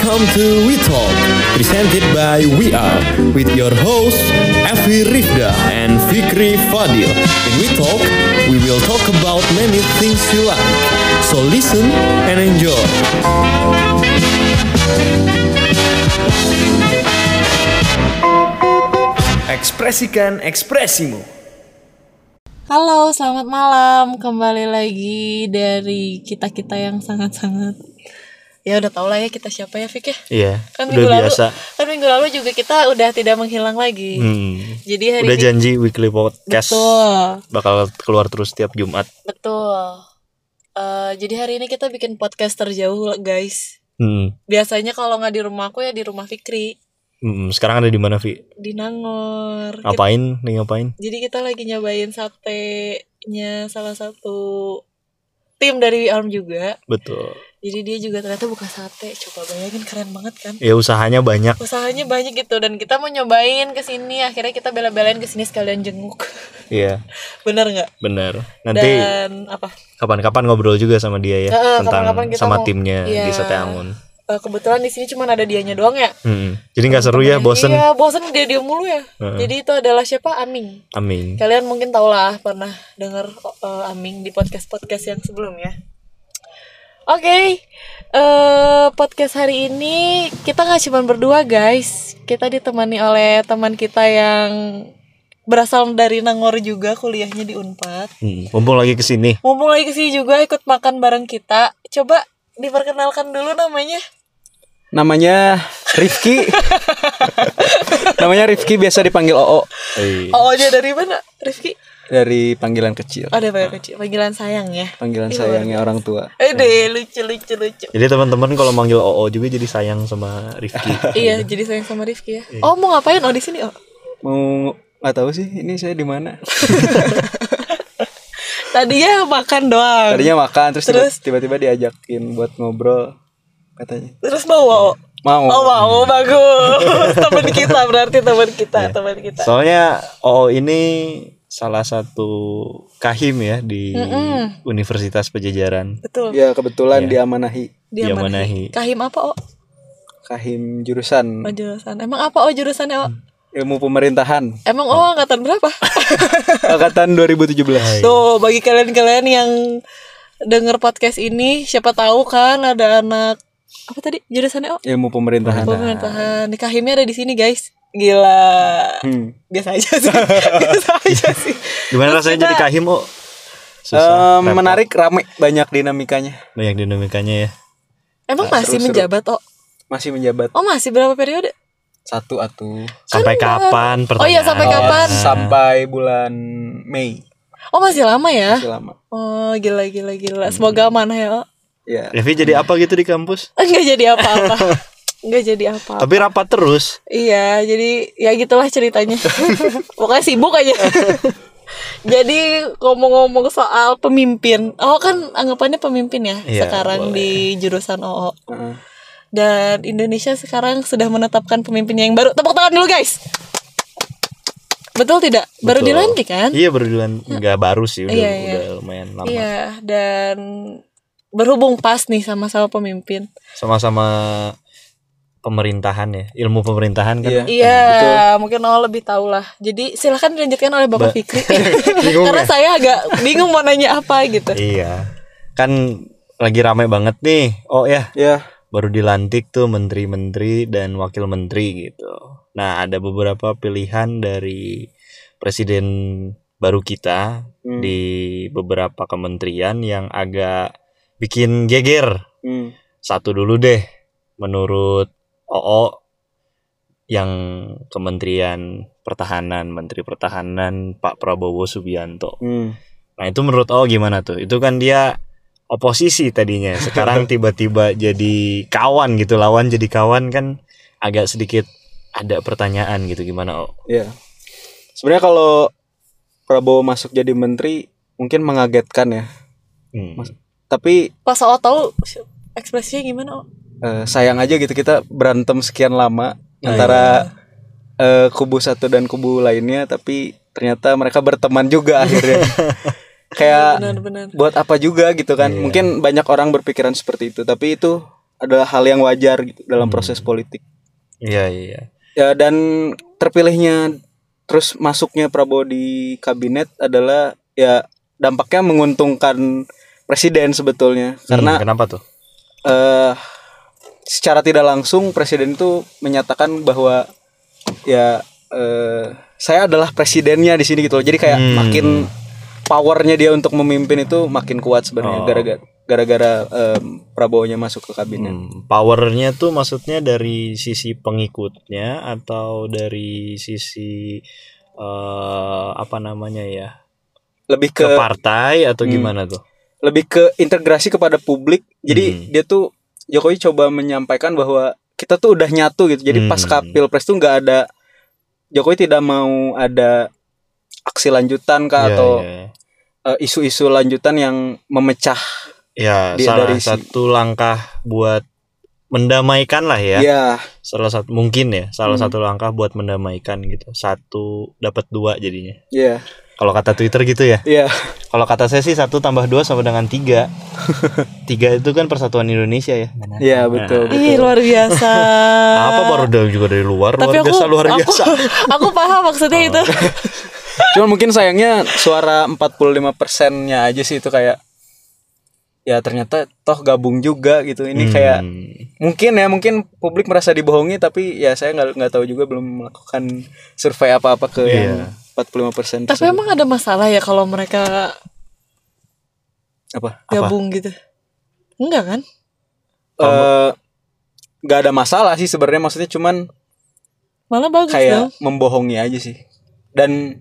Welcome to We Talk, presented by We Are, with your hosts Evi Rifda and Fikri Fadil. In We Talk, we will talk about many things you like. So listen and enjoy. Ekspresikan ekspresimu. Halo, selamat malam. Kembali lagi dari kita-kita yang sangat-sangat, ya udah tau lah ya kita siapa ya, Fik ya. Iya, Kan udah biasa. Minggu lalu juga kita udah tidak menghilang lagi. Jadi hari udah ini janji weekly podcast. Betul. Bakal keluar terus tiap Jumat. Betul. Jadi hari ini kita bikin podcast terjauh, guys. Biasanya kalau nggak di rumah aku ya di rumah Fikri. Sekarang ada di mana, Vi? Di Nangor. Ngapain? Jadi kita lagi nyobain satenya salah satu tim dari Arm juga. Betul. Jadi dia juga ternyata buka sate. Coba bayangin, keren banget kan? Ya usahanya banyak. Usahanya banyak gitu, dan kita mau nyobain ke sini. Akhirnya kita bela-belain ke sini sekalian jenguk. Iya. Bener nggak? Bener. Nanti Dan apa? kapan-kapan ngobrol juga sama dia ya tentang kapan-kapan kita sama mau, timnya iya. di Sate Angon. Kebetulan di sini cuma ada dianya doang ya. Jadi nggak seru ya, bosen. Iya, bosen dia mulu ya. Jadi itu adalah siapa? Aming. Kalian mungkin tau lah, pernah dengar Aming di podcast yang sebelumnya. Oke, podcast hari ini kita nggak cuma berdua, guys. Kita ditemani oleh teman kita yang berasal dari Nangor juga, kuliahnya di Unpad. Mumpung lagi kesini juga ikut makan bareng kita. Coba diperkenalkan dulu namanya. Namanya Rifki. Namanya Rifki, biasa dipanggil OO. OO-nya dari mana, Rifki? Dari panggilan kecil. Ada panggilan kecil, panggilan sayang ya. Panggilan sayangnya orang tua. Lucu. Jadi teman-teman kalau manggil OO juga jadi sayang sama Rifki. Iya, jadi sayang sama Rifki ya. Oh, mau ngapain di sini, Oh? Mau nggak tahu sih, ini saya di mana. Tadinya makan doang. Terus tiba-tiba diajakin buat ngobrol katanya. Terus mau? Mau. Oh, mau, bagus. Teman kita. Soalnya OO ini salah satu kahim ya di Universitas Pajajaran. Betul. Ya, kebetulan diamanahi. Kahim apa, Oh? Kahim jurusan. Oh, jurusan. Emang apa, Oh, jurusannya, Oh? Ilmu pemerintahan. Emang angkatan berapa? Angkatan 2017. Tuh, bagi kalian yang denger podcast ini, siapa tahu kan ada anak apa tadi jurusannya, Oh? Ilmu pemerintahan. Di Kahimnya ada di sini, guys. Gila. Biasa aja sih. Gimana Terus rasanya jadi kahim, Oh? Menarik, rame, banyak dinamikanya ya. Emang masih seru. menjabat, Oh? Masih menjabat. Oh, masih berapa periode? 1 atuh. Sampai kapan pertanyaan? Oh iya, sampai kapan? Sampai bulan Mei. Oh, masih lama ya? Masih lama. Oh, gila. Semoga amanah ya, Oh. Iya. Revi jadi apa gitu di kampus? Enggak jadi apa-apa. Tapi rapat terus. Iya, jadi ya gitulah ceritanya. Pokoknya sibuk aja. Jadi ngomong-ngomong soal pemimpin, Oh kan anggapannya pemimpin ya, iya, sekarang boleh. di jurusan OO. Dan Indonesia sekarang sudah menetapkan pemimpin yang baru. Tepuk tangan dulu, guys. Betul tidak? Baru Betul. dilantik kan? Iya, baru dilantik. Enggak baru sih, udah lumayan lama. Iya, dan berhubung pas nih sama-sama pemimpin. Sama-sama pemerintahan ya, ilmu pemerintahan kan. Iya, mungkin lebih tahu lah. Jadi silahkan dilanjutkan oleh Bapak Fikri. Karena saya agak bingung mau nanya apa gitu. Iya. Kan lagi rame banget nih. Oh ya. Iya. Baru dilantik tuh menteri-menteri dan wakil menteri gitu. Nah, ada beberapa pilihan dari presiden baru kita di beberapa kementerian yang agak bikin geger. Satu dulu deh, menurut OO yang Kementerian Pertahanan, Menteri Pertahanan Pak Prabowo Subianto. Nah, itu menurut OO gimana tuh? Itu kan dia oposisi tadinya, sekarang tiba-tiba jadi kawan gitu, lawan jadi kawan, kan agak sedikit ada pertanyaan gitu, gimana, Oh? Iya. Sebenarnya kalau Prabowo masuk jadi menteri mungkin mengagetkan ya. Tapi pas OO tahu ekspresinya gimana, Oh? Sayang aja gitu kita berantem sekian lama antara kubu satu dan kubu lainnya, tapi ternyata mereka berteman juga akhirnya. Kayak benar. buat apa juga gitu kan. Mungkin banyak orang berpikiran seperti itu, tapi itu adalah hal yang wajar gitu dalam proses politik. Iya, iya. Ya, dan terpilihnya terus masuknya Prabowo di kabinet adalah ya dampaknya menguntungkan presiden sebetulnya. Karena kenapa tuh? Secara tidak langsung presiden itu menyatakan bahwa ya saya adalah presidennya di sini gitu loh. Jadi kayak makin powernya dia untuk memimpin itu makin kuat sebenarnya gara-gara Prabowo-nya masuk ke kabinet. Powernya tuh maksudnya dari sisi pengikutnya atau dari sisi apa namanya ya? Lebih ke partai atau gimana tuh? Lebih ke integrasi kepada publik. Jadi dia tuh Jokowi coba menyampaikan bahwa kita tuh udah nyatu gitu. Jadi pasca Pilpres tuh nggak ada, Jokowi tidak mau ada aksi lanjutan atau isu-isu lanjutan yang memecah. Ya, salah satu langkah buat mendamaikan lah ya. Iya. Salah satu satu langkah buat mendamaikan gitu. 1 dapat 2 jadinya. Iya. Kalau kata Twitter gitu ya. Iya. Kalau kata saya sih 1 tambah 2 sama dengan 3. 3 itu kan persatuan Indonesia ya. Iya, betul. Ih, luar biasa. Apa baru juga dari luar. Tapi luar biasa. Aku paham maksudnya itu. Cuma mungkin sayangnya suara 45%-nya aja sih itu kayak ya ternyata toh gabung juga gitu. Ini kayak mungkin publik merasa dibohongi, tapi ya saya nggak tahu juga, belum melakukan survei apa-apa ke yang 45%. Tapi emang ada masalah ya kalau mereka gabung gitu? Enggak kan? Nggak ada masalah sih sebenarnya, maksudnya cuman malah bagus kayak membohongi aja sih. Dan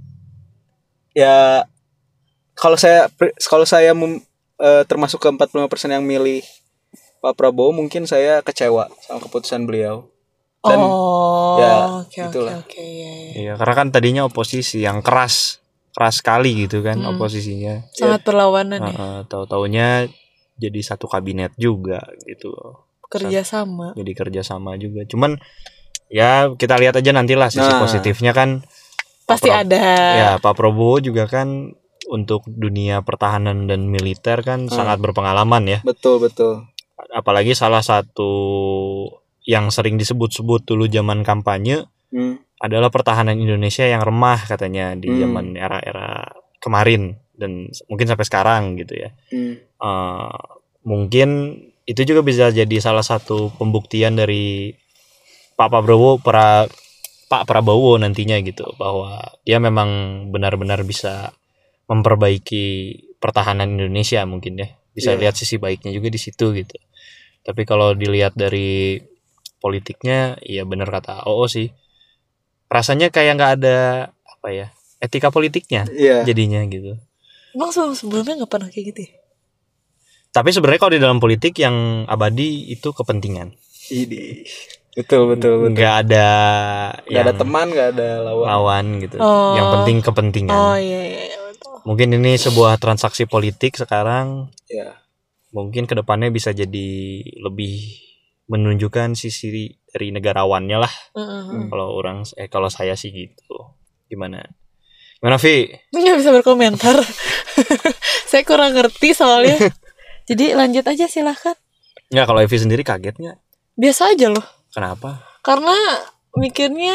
ya kalau saya termasuk ke 45% yang milih Pak Prabowo, mungkin saya kecewa sama keputusan beliau. Dan itulah. Iya, karena kan tadinya oposisi yang keras sekali gitu kan oposisinya. Sangat berlawanan ya. Tahu-taunya jadi satu kabinet juga gitu. Kerjasama. Jadi kerjasama juga. Cuman ya kita lihat aja nantilah sisi positifnya kan. Pasti ada. Ya, Pak Prabowo juga kan untuk dunia pertahanan dan militer kan sangat berpengalaman ya. Betul. Apalagi salah satu yang sering disebut-sebut dulu zaman kampanye adalah pertahanan Indonesia yang remah katanya di zaman era-era kemarin dan mungkin sampai sekarang gitu ya. Mungkin itu juga bisa jadi salah satu pembuktian dari Pak Prabowo nantinya gitu, bahwa dia memang benar-benar bisa memperbaiki pertahanan Indonesia mungkin ya. Bisa lihat sisi baiknya juga di situ gitu. Tapi kalau dilihat dari politiknya, ya benar kata OO sih. Rasanya kayak nggak ada etika politiknya jadinya gitu. Emang sebelumnya nggak pernah kayak gitu ya? Tapi sebenarnya kalau di dalam politik yang abadi itu kepentingan. Betul. Nggak ada teman, nggak ada lawan gitu. Yang penting kepentingan. Iya. Mungkin ini sebuah transaksi politik sekarang. Ya. Mungkin kedepannya bisa jadi lebih menunjukkan sisi dari negarawannya lah. Kalau saya sih gitu. Gimana Vi? Nggak bisa berkomentar. Saya kurang ngerti soalnya. Jadi lanjut aja silahkan. Nggak, kalau Evi sendiri kaget nggak? Biasa aja loh. Kenapa? Karena mikirnya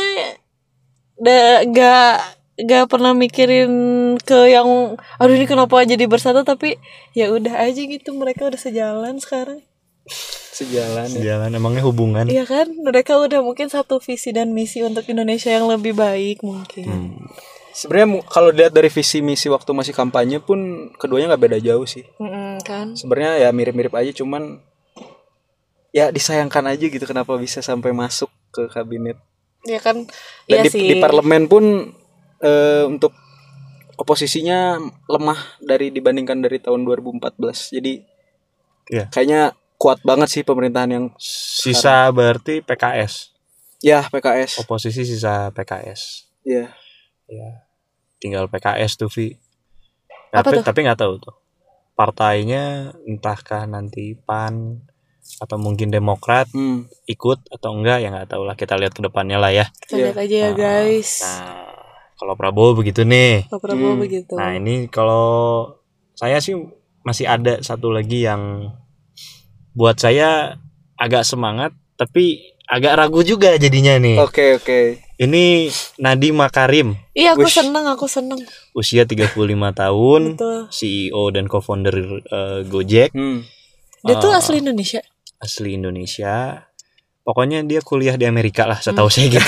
gak pernah mikirin ke yang aduh ini kenapa jadi bersatu, tapi ya udah aja gitu, mereka udah sejalan sekarang. Sejalan emangnya hubungan. Iya kan, mereka udah mungkin satu visi dan misi untuk Indonesia yang lebih baik mungkin. Sebenarnya kalau dilihat dari visi misi waktu masih kampanye pun keduanya nggak beda jauh sih. Kan. Sebenarnya ya mirip-mirip aja, cuman ya disayangkan aja gitu kenapa bisa sampai masuk ke kabinet. Ya kan. Dan di parlemen pun untuk oposisinya lemah dibandingkan dari tahun 2014. Jadi kayaknya kuat banget sih pemerintahan yang sisa sekarang. Berarti PKS. Ya, PKS. Oposisi sisa PKS. Iya. Ya. Tinggal PKS tuh, Vi. Tapi nggak tahu tuh. Partainya entahkah nanti PAN atau mungkin Demokrat ikut atau enggak, ya nggak tahu lah, kita lihat ke depannya lah ya. Kita lihat aja ya guys. Nah, kalau Prabowo begitu nih. Begitu. Nah, ini kalau saya sih masih ada satu lagi yang buat saya agak semangat tapi agak ragu juga jadinya nih. Oke. Ini Nadiem Makarim. Iya, aku seneng. Usia 35 tahun. Betul. CEO dan co-founder Gojek. Dia tuh asli Indonesia. Asli Indonesia. Pokoknya dia kuliah di Amerika lah, setahu saya gitu.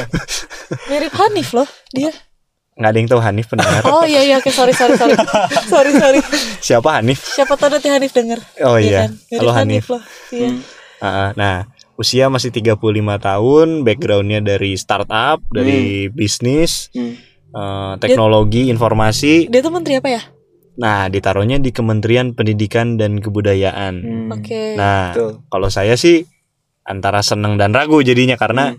Mirip Hanif loh dia. Nggak ada yang tahu Hanif pendengar. Oh iya, oke, sorry. sorry. Siapa Hanif? Siapa tahu nanti Hanif denger. Oh iya. Kan? Mirip Halo Hanif. loh. Iya. Nah, usia masih 35 tahun, backgroundnya dari startup, dari bisnis, teknologi, informasi. Dia tuh menteri apa ya? Nah, ditaruhnya di Kementerian Pendidikan dan Kebudayaan. Oke. Nah, kalau saya sih antara seneng dan ragu jadinya karena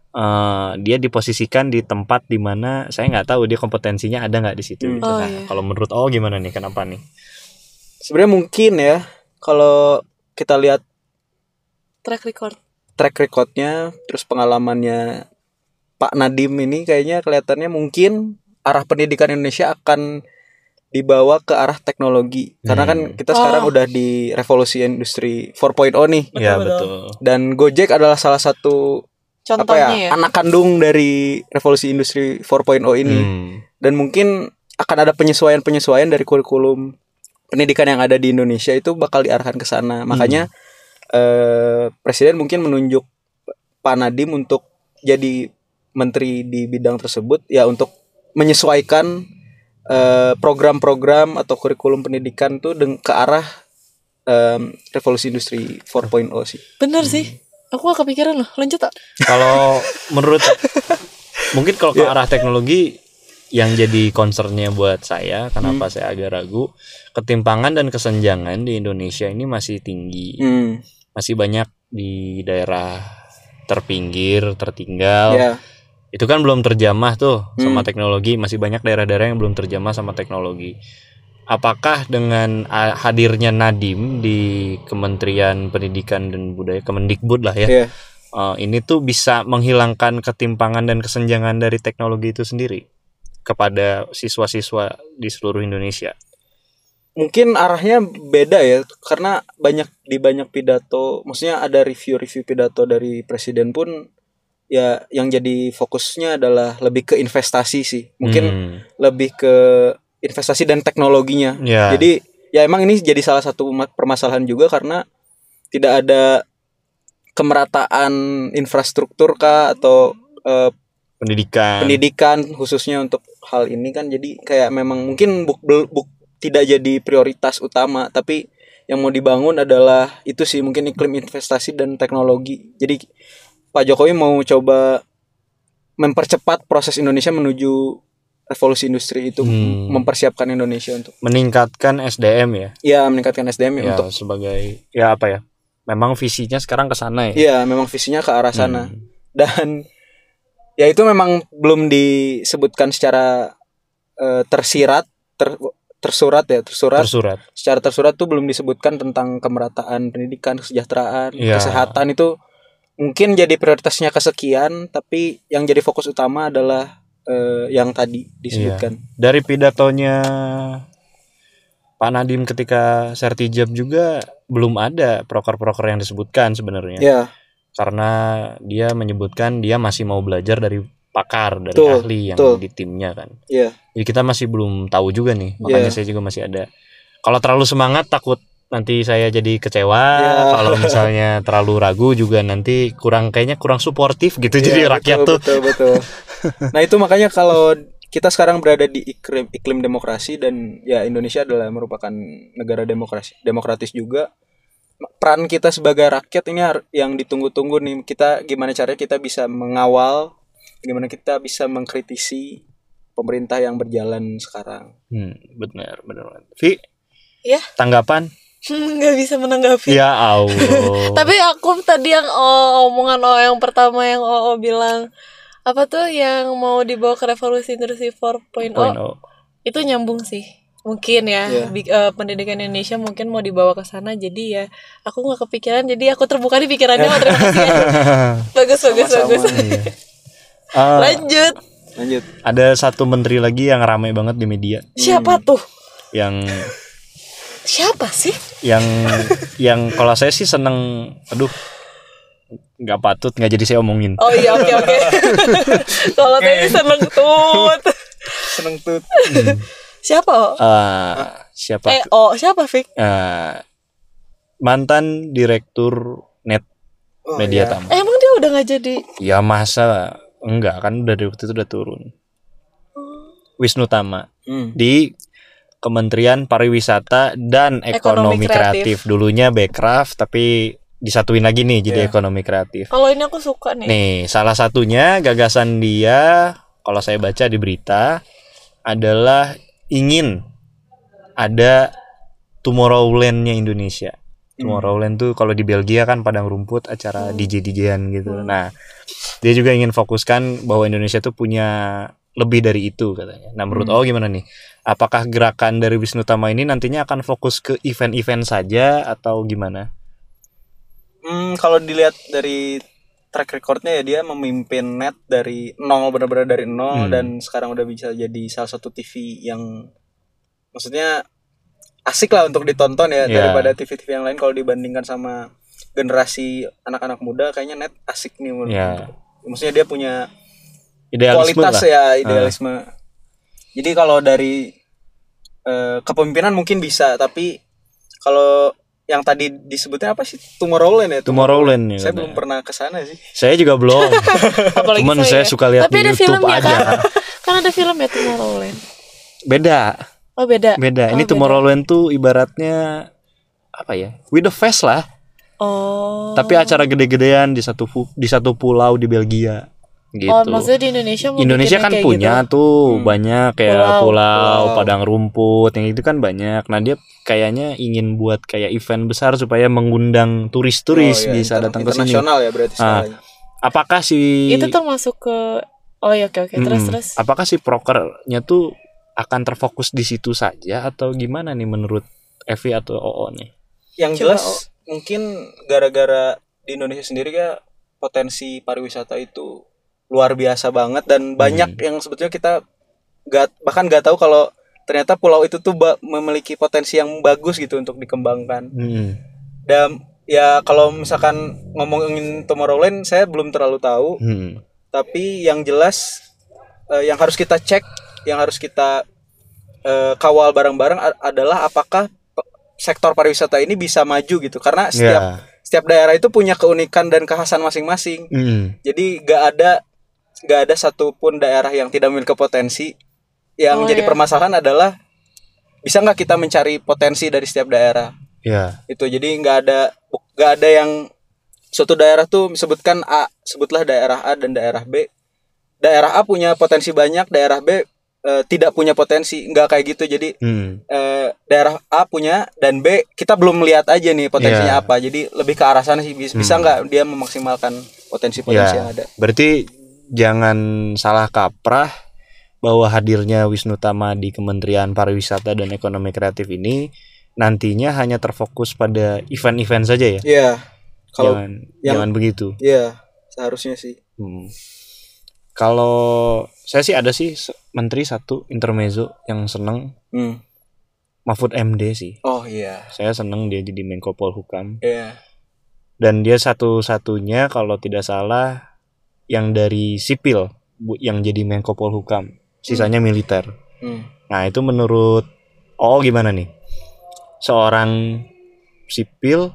dia diposisikan di tempat di mana saya nggak tahu dia kompetensinya ada nggak di situ. Gitu. Nah, kalau menurut gimana nih? Kenapa nih? Sebenarnya mungkin ya kalau kita lihat track recordnya, terus pengalamannya Pak Nadiem ini kayaknya kelihatannya mungkin arah pendidikan Indonesia akan dibawa ke arah teknologi. Karena kan kita sekarang udah di revolusi industri 4.0 nih. Iya, betul. Dan Gojek adalah salah satu contohnya anak kandung dari revolusi industri 4.0 ini. Dan mungkin akan ada penyesuaian dari kurikulum pendidikan yang ada di Indonesia itu bakal diarahkan ke sana. Makanya Presiden mungkin menunjuk Pak Nadiem untuk jadi menteri di bidang tersebut ya untuk menyesuaikan program-program atau kurikulum pendidikan tuh ke arah revolusi industri 4.0 sih. Bener sih. Aku gak kepikiran loh. Lanjut tak? Kalau menurut mungkin kalau ke arah teknologi yang jadi concernnya buat saya, kenapa saya agak ragu, ketimpangan dan kesenjangan di Indonesia ini masih tinggi. Masih banyak di daerah terpinggir, tertinggal. Itu kan belum terjamah tuh sama teknologi. Masih banyak daerah-daerah yang belum terjamah sama teknologi. Apakah dengan hadirnya Nadiem di Kementerian Pendidikan dan Budaya, Kemendikbud lah ya, ini tuh bisa menghilangkan ketimpangan dan kesenjangan dari teknologi itu sendiri kepada siswa-siswa di seluruh Indonesia? Mungkin arahnya beda ya, karena di banyak pidato, maksudnya ada review pidato dari presiden pun ya yang jadi fokusnya adalah lebih ke investasi sih. Mungkin lebih ke investasi dan teknologinya. Jadi ya emang ini jadi salah satu permasalahan juga karena tidak ada kemerataan infrastruktur kah atau pendidikan khususnya untuk hal ini kan. Jadi kayak memang mungkin tidak jadi prioritas utama, tapi yang mau dibangun adalah itu sih, mungkin iklim investasi dan teknologi. Jadi Pak Jokowi mau coba mempercepat proses Indonesia menuju revolusi industri itu, mempersiapkan Indonesia untuk meningkatkan SDM ya. Iya, meningkatkan SDM ya, untuk sebagai ya apa ya? Memang visinya sekarang ke sana ya. Iya, memang visinya ke arah sana. Dan ya itu memang belum disebutkan secara tersurat. Secara tersurat tuh belum disebutkan tentang kemerataan pendidikan, kesejahteraan, kesehatan itu mungkin jadi prioritasnya kesekian, tapi yang jadi fokus utama adalah yang tadi disebutkan. Dari pidatonya Pak Nadiem ketika Sertijab juga belum ada proker-proker yang disebutkan sebenarnya. Karena dia menyebutkan dia masih mau belajar dari pakar, dari ahli yang di timnya kan. Jadi kita masih belum tahu juga nih. Makanya saya juga masih ada. Kalau terlalu semangat takut nanti saya jadi kecewa. Kalau misalnya terlalu ragu juga nanti kayaknya kurang suportif gitu. Jadi rakyat betul. Nah itu makanya kalau kita sekarang berada di iklim demokrasi dan ya Indonesia adalah merupakan negara demokratis juga. Peran kita sebagai rakyat ini yang ditunggu-tunggu nih. Kita gimana caranya kita bisa mengawal, gimana kita bisa mengkritisi pemerintah yang berjalan sekarang. Benar. Vi? Ya. Tanggapan? Nggak bisa menanggapi. Ya Allah. Tapi aku tadi yang omongan yang pertama yang bilang apa tuh yang mau dibawa ke revolusi industri 4.0 itu nyambung sih. Mungkin ya pendidikan Indonesia mungkin mau dibawa ke sana, jadi ya aku nggak kepikiran, jadi aku terbuka di pikirannya. Terima kasih ya. Bagus. Lanjut. Ada satu menteri lagi yang ramai banget di media. Siapa tuh? Siapa sih? Yang kalau saya sih seneng, nggak patut, nggak jadi saya omongin. Oh iya, oke. Kalau tadi seneng tut. Siapa? Siapa? Siapa Fik? Mantan direktur Net Media Tama. Emang dia udah nggak jadi? Ya masa enggak, kan dari waktu itu udah turun. Wisnu Tama di Kementerian Pariwisata dan Ekonomi Kreatif. Dulunya Bekraf, tapi disatuin lagi nih jadi Ekonomi Kreatif. Kalau ini aku suka nih. Nih, salah satunya gagasan dia, kalau saya baca di berita, adalah ingin ada Tomorrowland-nya Indonesia. Tomorrowland tuh kalau di Belgia kan padang rumput, acara DJ-DJ-an gitu. Nah, dia juga ingin fokuskan bahwa Indonesia tuh punya lebih dari itu katanya. Nah, menurut gimana nih? Apakah gerakan dari Wisnu Tama ini nantinya akan fokus ke event-event saja atau gimana? Kalau dilihat dari track recordnya ya, dia memimpin Net dari nol, benar-benar dari nol, dan sekarang udah bisa jadi salah satu TV yang maksudnya asik lah untuk ditonton ya, daripada TV-TV yang lain. Kalau dibandingkan sama generasi anak-anak muda, kayaknya Net asik nih menurut. Maksudnya dia punya idealisme kualitas lah. Idealisme. Jadi kalau dari kepemimpinan mungkin bisa, tapi kalau yang tadi disebutnya apa sih, Tomorrowland ya? Tomorrowland ya. Saya belum pernah ke sana sih. Saya juga belum. Cuman saya suka lihat di YouTube aja. Kan ada film ya Tomorrowland. Beda. Oh beda. Ini Tomorrowland tuh ibaratnya apa ya? With the Fest lah. Oh. Tapi acara gede-gedean di satu pulau di Belgia. Gitu. Oh, maksudnya di Indonesia kan punya gitu. Tuh banyak kayak pulau, padang rumput, yang itu kan banyak. Nah, dia kayaknya ingin buat kayak event besar supaya mengundang turis-turis bisa datang ke sini. Internasional ya berarti sekali. Apakah si itu termasuk ke oke. Terus. Apakah si prokernya tuh akan terfokus di situ saja atau gimana nih menurut Evi atau OO nih? Yang jelas mungkin gara-gara di Indonesia sendiri ya potensi pariwisata itu luar biasa banget, dan banyak yang sebetulnya kita bahkan nggak tahu kalau ternyata pulau itu tuh memiliki potensi yang bagus gitu untuk dikembangkan. Dan ya kalau misalkan ngomongin Tomorrowland, saya belum terlalu tahu. Tapi yang jelas yang harus kita cek, yang harus kita kawal bareng-bareng adalah apakah sektor pariwisata ini bisa maju gitu. Karena setiap daerah itu punya keunikan dan kekhasan masing-masing. Jadi nggak ada satupun daerah yang tidak memiliki potensi. Yang jadi permasalahan adalah bisa nggak kita mencari potensi dari setiap daerah. Itu jadi nggak ada yang suatu daerah tuh sebutkan A, sebutlah daerah A dan daerah B. Daerah A punya potensi banyak, daerah B tidak punya potensi, nggak kayak gitu. Jadi daerah A punya dan B kita belum melihat aja nih potensinya apa. Jadi lebih ke arah sana sih, bisa nggak dia memaksimalkan potensi-potensi yang ada. Berarti jangan salah kaprah bahwa hadirnya Wisnu Tama di Kementerian Pariwisata dan Ekonomi Kreatif ini nantinya hanya terfokus pada event-event saja ya? Iya. Jangan begitu. Iya, seharusnya sih. Kalau saya sih ada sih menteri satu intermezzo yang seneng, Mahfud MD sih. Oh iya. Saya seneng dia jadi Menko Polhukam. Iya. Dan dia satu-satunya kalau tidak salah yang dari sipil yang jadi Menko Polhukam, sisanya militer. Nah, itu menurut gimana nih? Seorang sipil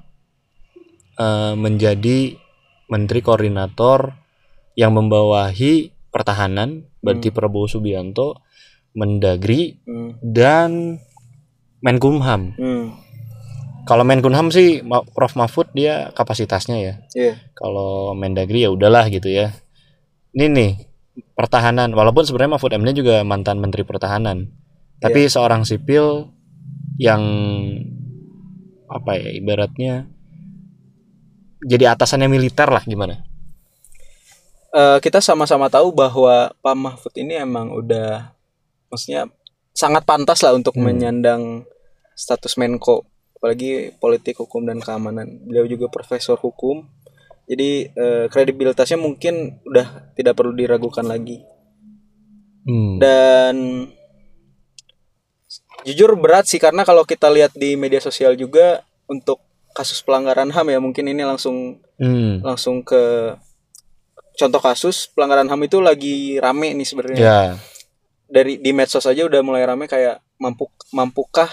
menjadi menteri koordinator yang membawahi pertahanan, berarti Prabowo Subianto, Mendagri, dan Menkumham. Kalau Menkumham sih Prof Mahfud dia kapasitasnya ya. Kalau Mendagri ya udahlah gitu ya. Ini nih pertahanan, walaupun sebenarnya Mahfud MD juga mantan Menteri Pertahanan, tapi seorang sipil yang apa ya, ibaratnya jadi atasannya militer lah, gimana? Kita sama-sama tahu bahwa Pak Mahfud ini emang udah, maksudnya sangat pantas lah untuk menyandang status Menko, apalagi politik, hukum, dan keamanan. Beliau juga profesor hukum. Jadi kredibilitasnya mungkin udah tidak perlu diragukan lagi. Dan jujur berat sih, karena kalau kita lihat di media sosial juga untuk kasus pelanggaran HAM ya, mungkin ini langsung Langsung ke contoh kasus pelanggaran HAM itu lagi rame nih sebenarnya. Yeah. Dari di medsos aja udah mulai rame kayak mampukah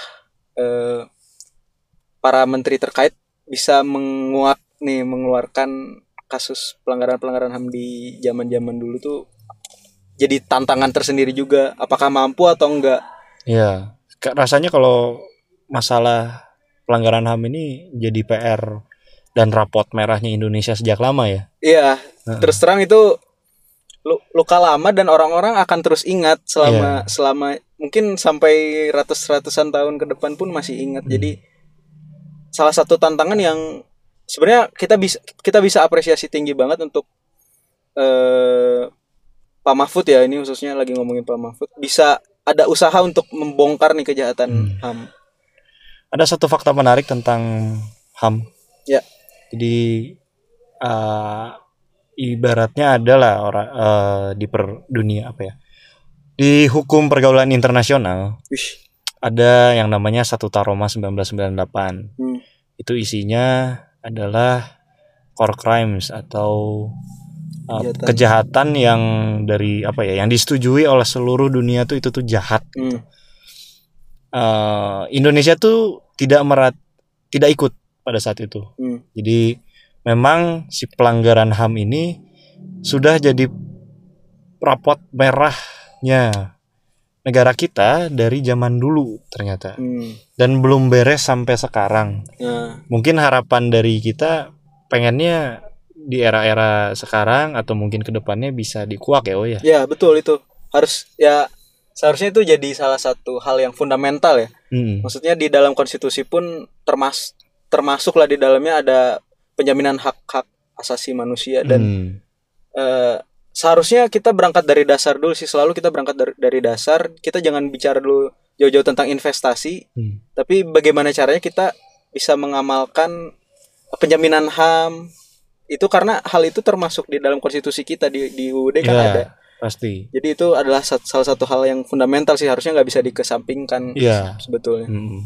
para menteri terkait bisa mengeluarkan kasus pelanggaran HAM di zaman-zaman dulu tuh jadi tantangan tersendiri juga. Apakah mampu atau enggak? Iya. Rasanya kalau masalah pelanggaran HAM ini jadi PR dan rapot merahnya Indonesia sejak lama ya. Iya. Terus terang itu luka lama dan orang-orang akan terus ingat selama mungkin sampai ratusan tahun ke depan pun masih ingat. Jadi salah satu tantangan yang sebenarnya kita bisa apresiasi tinggi banget untuk Pak Mahfud ya, ini khususnya lagi ngomongin Pak Mahfud, bisa ada usaha untuk membongkar nih kejahatan HAM. Ada satu fakta menarik tentang HAM. Ya. Jadi ibaratnya adalah orang di dunia apa ya? Di hukum pergaulan internasional ada yang namanya Statuta Roma 1998. Itu isinya adalah core crimes atau kejahatan yang dari apa ya? Yang disetujui oleh seluruh dunia itu jahat. Indonesia tuh tidak ikut pada saat itu. Jadi memang si pelanggaran HAM ini sudah jadi rapot merahnya negara kita dari zaman dulu ternyata. Dan belum beres sampai sekarang. Mungkin harapan dari kita pengennya di era-era sekarang atau mungkin kedepannya bisa dikuak ya, ya. Ya betul, itu harus ya, seharusnya itu jadi salah satu hal yang fundamental ya. Maksudnya di dalam konstitusi pun termasuklah di dalamnya ada penjaminan hak-hak asasi manusia dan seharusnya kita berangkat dari dasar dulu sih. Selalu kita berangkat dari dasar. Kita jangan bicara dulu jauh-jauh tentang investasi, tapi bagaimana caranya kita bisa mengamalkan penjaminan HAM itu, karena hal itu termasuk di dalam konstitusi kita di UUD kan ada. Pasti. Jadi itu adalah salah satu hal yang fundamental sih, harusnya nggak bisa dikesampingkan sebetulnya.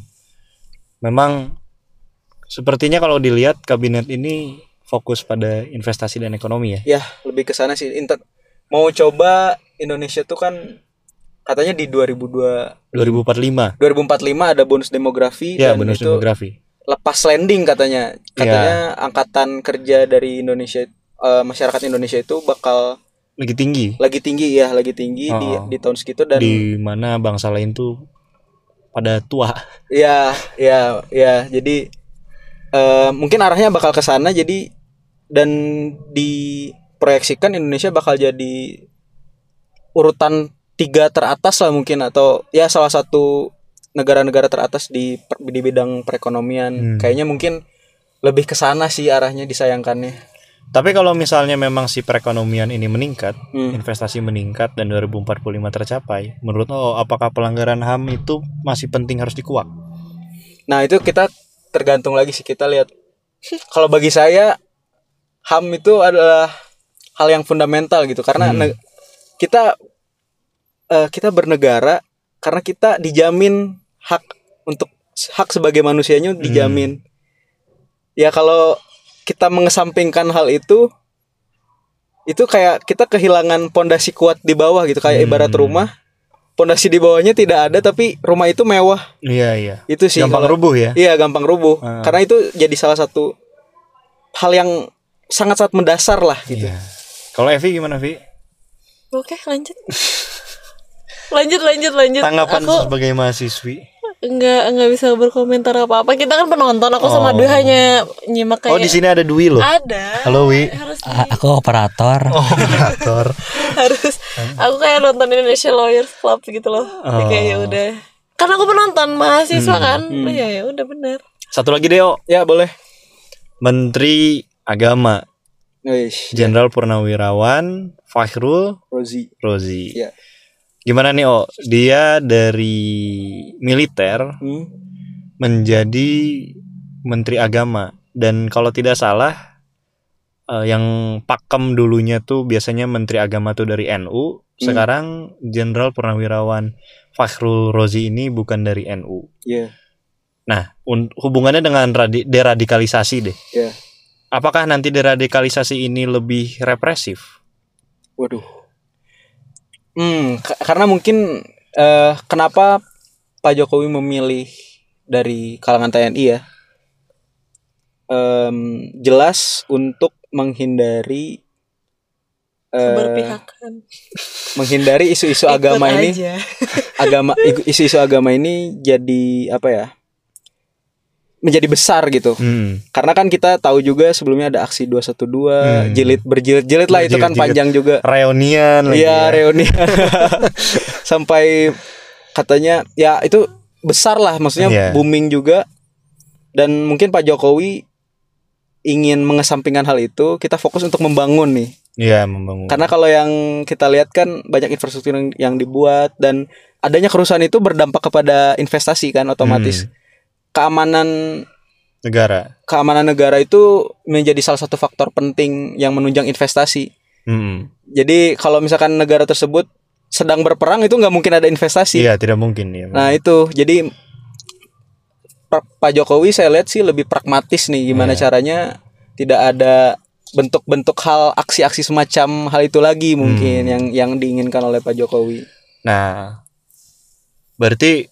Memang sepertinya kalau dilihat kabinet ini fokus pada investasi dan ekonomi ya. Ya, lebih ke sana sih. Mau coba Indonesia tuh kan katanya di 2045 ada bonus demografi. Ya, bonus demografi. Lepas landing katanya angkatan kerja dari Indonesia, masyarakat Indonesia itu bakal lagi tinggi di tahun segitu, dan di mana bangsa lain tuh pada tua. Ya. Jadi mungkin arahnya bakal ke sana, jadi dan diproyeksikan Indonesia bakal jadi urutan 3 teratas lah mungkin, atau ya salah satu negara-negara teratas di bidang perekonomian. Kayaknya mungkin lebih ke sana sih arahnya, disayangkannya. Tapi kalau misalnya memang si perekonomian ini meningkat, investasi meningkat dan 2045 tercapai, menurut apakah pelanggaran HAM itu masih penting harus dikuak? Nah, itu kita tergantung lagi sih, kita lihat. Kalau bagi saya HAM itu adalah hal yang fundamental gitu, karena kita bernegara karena kita dijamin hak sebagai manusianya dijamin. Ya kalau kita mengesampingkan hal itu kayak kita kehilangan pondasi kuat di bawah gitu, kayak ibarat rumah, pondasi di bawahnya tidak ada tapi rumah itu mewah. Iya. Itu sih gampang rubuh ya. Iya, gampang rubuh. Karena itu jadi salah satu hal yang sangat-sangat mendasar lah gitu. Iya. Kalau Evi gimana, Vi? Oke, lanjut. lanjut. Tanggapan sebagai mahasiswi? Enggak bisa berkomentar apa-apa. Kita kan penonton, aku sama Dwi hanya nyimak kayak. Di sini ada Dwi loh. Ada. Halo, Wi. Aku operator. Harus. Aku kayak nonton Indonesia Lawyers Club gitu loh. Kayak ya udah. Kan aku penonton mahasiswa kan. Ya udah benar. Satu lagi deh, Ya, boleh. Menteri Agama. Jenderal Purnawirawan Fakhrul Razi. Ya. Gimana nih, dia dari militer menjadi Menteri Agama, dan kalau tidak salah yang pakem dulunya tuh biasanya Menteri Agama tuh dari NU, sekarang Jenderal Purnawirawan Fakhrul Razi ini bukan dari NU. Yeah. Nah, hubungannya dengan deradikalisasi deh. Yeah. apakah nanti deradikalisasi ini lebih represif? Waduh. Karena mungkin kenapa Pak Jokowi memilih dari kalangan TNI ya? Jelas untuk menghindari keberpihakan. Menghindari isu-isu agama ini. Isu-isu agama ini jadi apa ya? Menjadi besar gitu. Karena kan kita tahu juga sebelumnya ada aksi 212, berjilid-jilid lah, itu kan panjang juga. Reunian lagi. Iya, reunian. Sampai katanya ya itu besar lah, maksudnya booming juga. Dan mungkin Pak Jokowi ingin mengesampingkan hal itu, kita fokus untuk membangun nih. Iya, membangun. Karena kalau yang kita lihat kan banyak infrastruktur yang dibuat, dan adanya kerusuhan itu berdampak kepada investasi kan, otomatis. Keamanan negara itu menjadi salah satu faktor penting yang menunjang investasi. Jadi kalau misalkan negara tersebut sedang berperang, itu nggak mungkin ada investasi. Iya, tidak mungkin ya. Nah itu, jadi Pak Jokowi saya lihat sih lebih pragmatis nih, gimana caranya tidak ada bentuk-bentuk aksi-aksi semacam hal itu lagi mungkin yang diinginkan oleh Pak Jokowi. Nah, berarti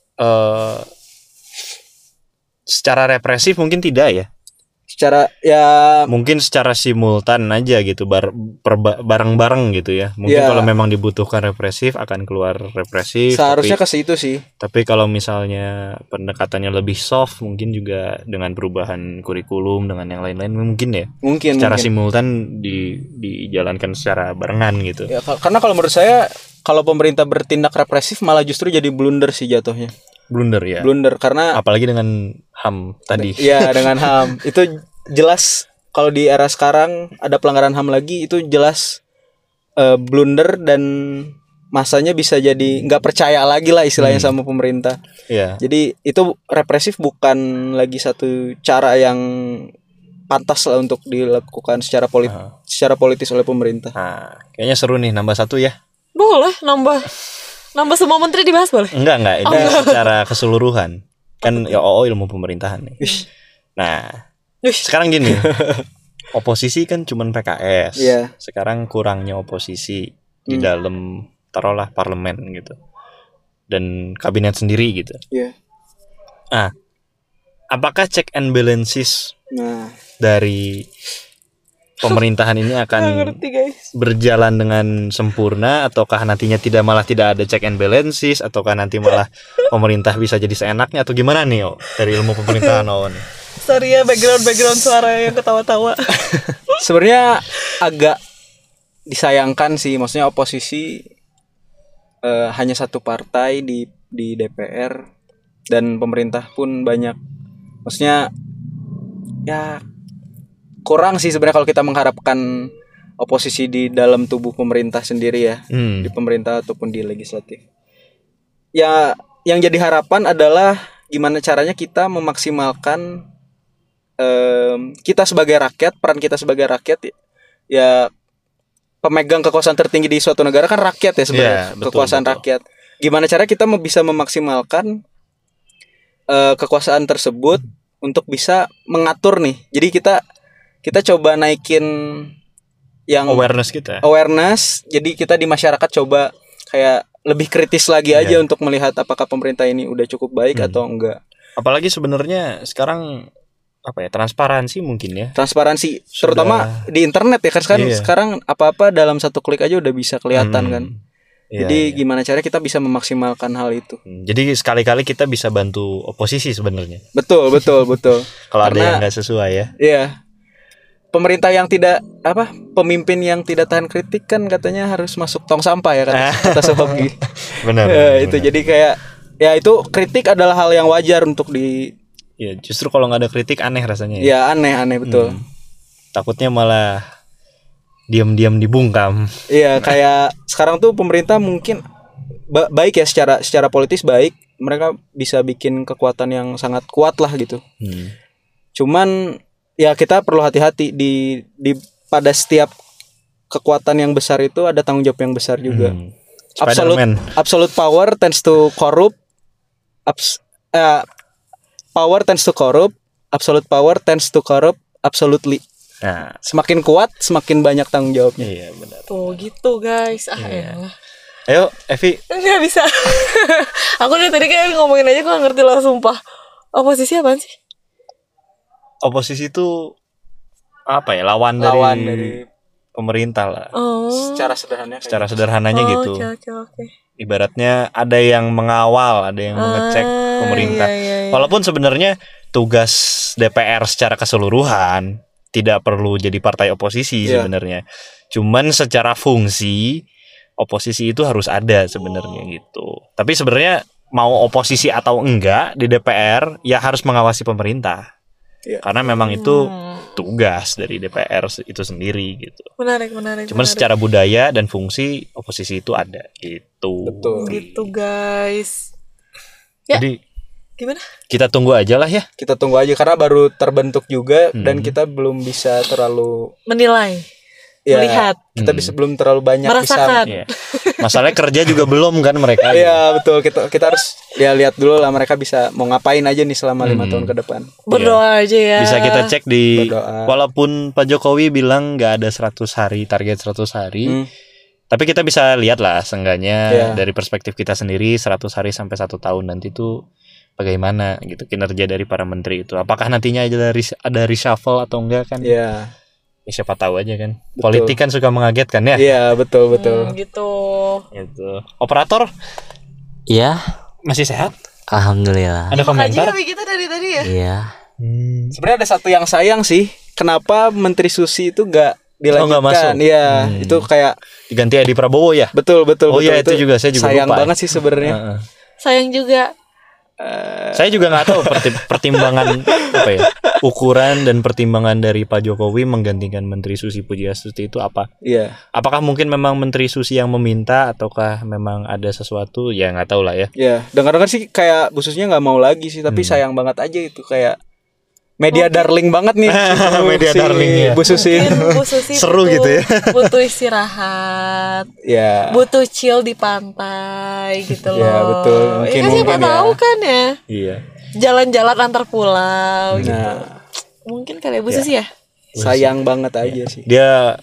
secara represif mungkin tidak ya? Secara mungkin secara simultan aja gitu, bareng-bareng gitu ya. Mungkin kalau memang dibutuhkan represif akan keluar represif. Seharusnya ke situ sih. Tapi kalau misalnya pendekatannya lebih soft, mungkin juga dengan perubahan kurikulum dengan yang lain-lain mungkin ya. Mungkin secara simultan dijalankan secara barengan gitu. Ya, karena kalau menurut saya kalau pemerintah bertindak represif malah justru jadi blunder sih jatuhnya. Blunder karena apalagi dengan HAM tadi. Iya, dengan HAM. Itu jelas kalau di era sekarang ada pelanggaran HAM lagi, itu jelas blunder, dan masanya bisa jadi nggak percaya lagi lah istilahnya sama pemerintah. Iya. Jadi itu represif bukan lagi satu cara yang pantas lah untuk dilakukan secara politis oleh pemerintah. Nah, kayaknya seru nih, nambah satu ya. Boleh nambah semua menteri dibahas boleh? Enggak ini secara keseluruhan. Kan ya ilmu pemerintahan nih. Nah, sekarang gini. Oposisi kan cuman PKS. Sekarang kurangnya oposisi di dalam taruhlah parlemen gitu. Dan kabinet sendiri gitu. Nah, apakah check and balances dari pemerintahan ini akan berjalan dengan sempurna, ataukah nantinya malah tidak ada check and balances, ataukah nanti malah pemerintah bisa jadi seenaknya, atau gimana nih dari ilmu pemerintahan Sorry ya, background suara yang ketawa-tawa. Sebenarnya agak disayangkan sih, maksudnya oposisi hanya satu partai di DPR, dan pemerintah pun banyak. Maksudnya ya kurang sih sebenarnya kalau kita mengharapkan oposisi di dalam tubuh pemerintah sendiri ya, di pemerintah ataupun di legislatif. Ya, yang jadi harapan adalah gimana caranya kita memaksimalkan kita sebagai rakyat, peran kita sebagai rakyat ya, pemegang kekuasaan tertinggi di suatu negara kan rakyat ya sebenarnya, kekuasaan rakyat. Gimana cara kita bisa memaksimalkan kekuasaan tersebut untuk bisa mengatur nih. Jadi kita coba naikin yang awareness, jadi kita di masyarakat coba kayak lebih kritis lagi aja untuk melihat apakah pemerintah ini udah cukup baik atau enggak. Apalagi sebenarnya sekarang transparansi mungkin ya. Transparansi terutama di internet ya kan, sekarang apa-apa dalam satu klik aja udah bisa kelihatan kan. Jadi gimana cara kita bisa memaksimalkan hal itu. Jadi sekali-kali kita bisa bantu oposisi sebenarnya. Betul. Kalau ada yang nggak sesuai ya. Iya. Pemerintah yang pemimpin yang tidak tahan kritik kan katanya harus masuk tong sampah ya kan, kata Sohoki. Benar. Itu jadi kayak ya itu kritik adalah hal yang wajar untuk ya justru kalau nggak ada kritik aneh rasanya. Ya aneh betul. Takutnya malah diam-diam dibungkam. Iya, kayak sekarang tuh pemerintah mungkin baik ya secara politis baik, mereka bisa bikin kekuatan yang sangat kuat lah gitu. Cuman ya kita perlu hati-hati di pada setiap kekuatan yang besar itu ada tanggung jawab yang besar juga. Absolute power tends to corrupt. Power tends to corrupt. Absolute power tends to corrupt absolutely. Nah, semakin kuat, semakin banyak tanggung jawabnya. Iya benar. Tuh gitu guys. Iya. Ayo, Evi. Nggak bisa. Aku dari tadi kayak ngomongin aja, aku nggak ngerti lah sumpah. Oposisi apaan sih? Oposisi itu apa ya? Lawan dari pemerintah lah. Oh. Secara sederhananya gitu. Oke. Ibaratnya ada yang mengawal, ada yang mengecek pemerintah. Iya. Walaupun sebenarnya tugas DPR secara keseluruhan tidak perlu jadi partai oposisi sebenarnya. Cuman secara fungsi oposisi itu harus ada sebenarnya gitu. Tapi sebenarnya mau oposisi atau enggak di DPR ya harus mengawasi pemerintah. Karena memang itu tugas dari DPR itu sendiri gitu. Menarik. Cuman secara budaya dan fungsi oposisi itu ada gitu. Betul. Gitu guys. Ya. Jadi gimana? kita tunggu aja lah ya. Kita tunggu aja karena baru terbentuk juga dan kita belum bisa terlalu menilai. Melihat. Kita belum terlalu banyak merasakan. Bisa. Masalahnya kerja juga belum kan mereka. Iya betul, kita harus lihat dulu lah mereka bisa mau ngapain aja nih selama 5 tahun ke depan. Berdoa aja ya. Bisa kita cek di walaupun Pak Jokowi bilang nggak ada 100 hari, target 100 hari. Tapi kita bisa lihat lah seenggaknya dari perspektif kita sendiri 100 hari sampai 1 tahun nanti tuh bagaimana gitu kinerja dari para menteri itu. Apakah nantinya ada reshuffle atau enggak kan? Iya. Ya, siapa tahu aja kan. Betul. Politik kan suka mengagetkan ya. Iya, betul. Gitu. Operator? Iya. Masih sehat? Alhamdulillah. Ada komentar? Aja kita dari tadi ya. Iya. Sebenarnya ada satu yang sayang sih. Kenapa Menteri Susi itu gak dilanjutkan? Iya, itu kayak diganti Edi Prabowo ya? Betul. Oh iya itu juga saya juga sayang lupa. Banget sih sebenarnya. Sayang juga. Saya juga nggak tahu pertimbangan apa ya, ukuran dan pertimbangan dari Pak Jokowi menggantikan Menteri Susi Pujiastuti itu apa? Iya. Apakah mungkin memang Menteri Susi yang meminta ataukah memang ada sesuatu? Ya nggak tahu lah ya. Iya. Dengar-dengar sih kayak Bu Susinya nggak mau lagi sih, tapi sayang banget aja itu kayak media darling banget nih. Media darling ya. Bu Susi. Bu Susi seru gitu ya. Butuh istirahat. Ya. Butuh chill di pantai gitu loh. Ya betul. Mungkin siapa tahu kan ya. Iya. Jalan-jalan antar pulau gitu. Nah, mungkin kali Bu Susi ya. Sayang banget aja sih. Dia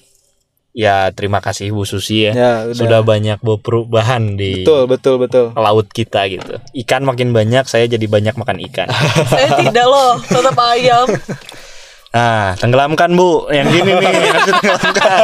ya terima kasih Bu Susi ya, sudah banyak bawa perubahan di betul laut kita gitu. Ikan makin banyak, saya jadi banyak makan ikan. Saya tidak loh, tetap ayam. Nah, tenggelamkan Bu, yang gini nih harus tenggelamkan.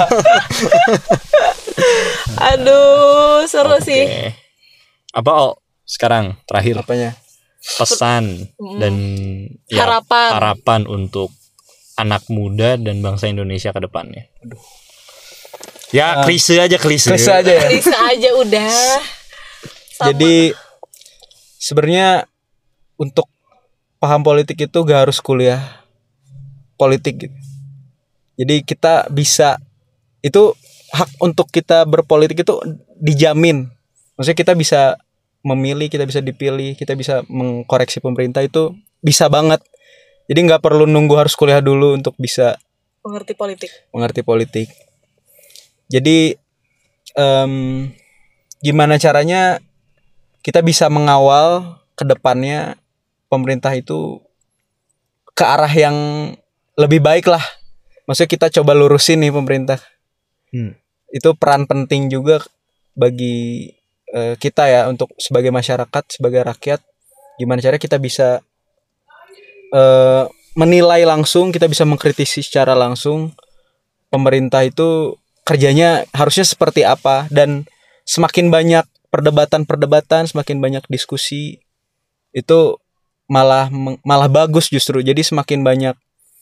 Aduh, seru sih. Apa sekarang terakhir apanya? Pesan dan harapan untuk anak muda dan bangsa Indonesia ke depannya. Aduh. Ya klise aja ya. Klise aja udah. Sama. Jadi sebenarnya untuk paham politik itu gak harus kuliah politik gitu. Jadi kita bisa, itu hak untuk kita berpolitik itu dijamin. Maksudnya kita bisa memilih, kita bisa dipilih, kita bisa mengkoreksi pemerintah, itu bisa banget. Jadi gak perlu nunggu harus kuliah dulu untuk bisa mengerti politik. Jadi gimana caranya kita bisa mengawal ke depannya pemerintah itu ke arah yang lebih baik lah. Maksudnya kita coba lurusin nih pemerintah. Itu peran penting juga bagi kita ya, untuk sebagai masyarakat, sebagai rakyat. Gimana caranya kita bisa menilai langsung, kita bisa mengkritisi secara langsung pemerintah itu kerjanya harusnya seperti apa. Dan semakin banyak perdebatan, semakin banyak diskusi, itu malah bagus justru. Jadi semakin banyak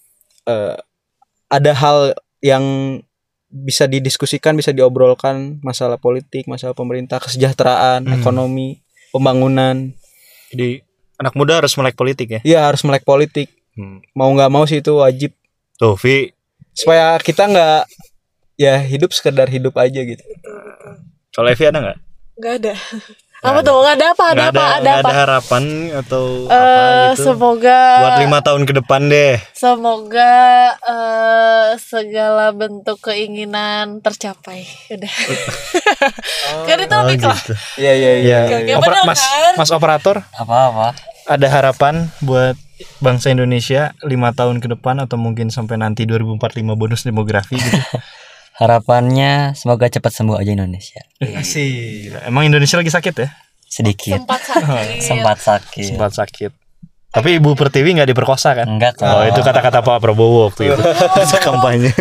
ada hal yang bisa didiskusikan, bisa diobrolkan, masalah politik, masalah pemerintah, kesejahteraan, ekonomi, pembangunan. Jadi anak muda harus melek politik ya? Iya, harus melek politik. Mau nggak mau sih itu wajib. Tuh, Vi. Supaya kita nggak ya hidup sekedar hidup aja gitu. Kalau Evi ada nggak? Nggak ada. Apa tuh? Nggak ada apa? Ada harapan atau apa gitu? Semoga buat 5 tahun ke depan deh. Semoga segala bentuk keinginan tercapai. Udah. Kan itu lebih lah. Iya. Mas operator? Apa? Ada harapan buat bangsa Indonesia 5 tahun ke depan atau mungkin sampai nanti 2045 bonus demografi gitu? Harapannya semoga cepat sembuh aja Indonesia. Asik. Emang Indonesia lagi sakit ya? Sedikit. Sempat sakit. Sempat sakit. Tapi Ibu Pertiwi nggak diperkosa kan? Enggak kok. Oh, itu kata-kata Pak Prabowo waktu itu. Kampanye.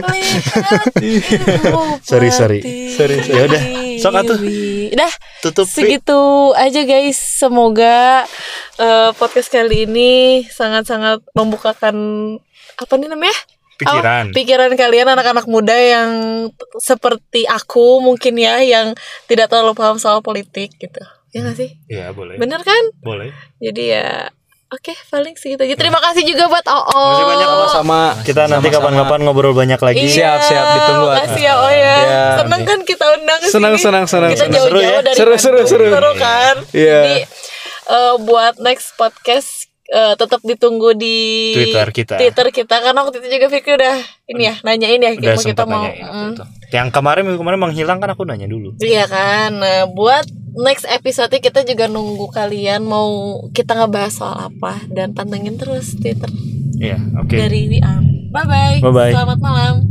Sorry. Ya udah, sok atuh. Udah, tutup. Segitu aja guys. Semoga podcast kali ini sangat-sangat membukakan apa nih namanya? Pikiran kalian anak-anak muda yang seperti aku mungkin ya, yang tidak terlalu paham soal politik gitu. Ya nggak sih? Iya, boleh. Bener kan? Boleh. Jadi ya oke, paling segitu aja. Terima kasih juga buat Oo. Terima kasih banyak sama. Kita nanti kapan-kapan ngobrol banyak lagi. Iya, siap ditunggu. Makasih ya Oo ya. Seneng kan kita undang ke sini. Senang. Kita jauh-jauh dari seru. Seru kan? Iya. Jadi buat next podcast tetap ditunggu di Twitter kita karena waktu itu juga Fikri udah ini ya nanyain ya kita mau yang kemarin menghilang kan aku nanya dulu. Iya kan. Nah, buat next episode kita juga nunggu kalian mau kita ngebahas soal apa dan pantengin terus Twitter. Iya, oke. Dari We Are. Bye bye. Selamat malam.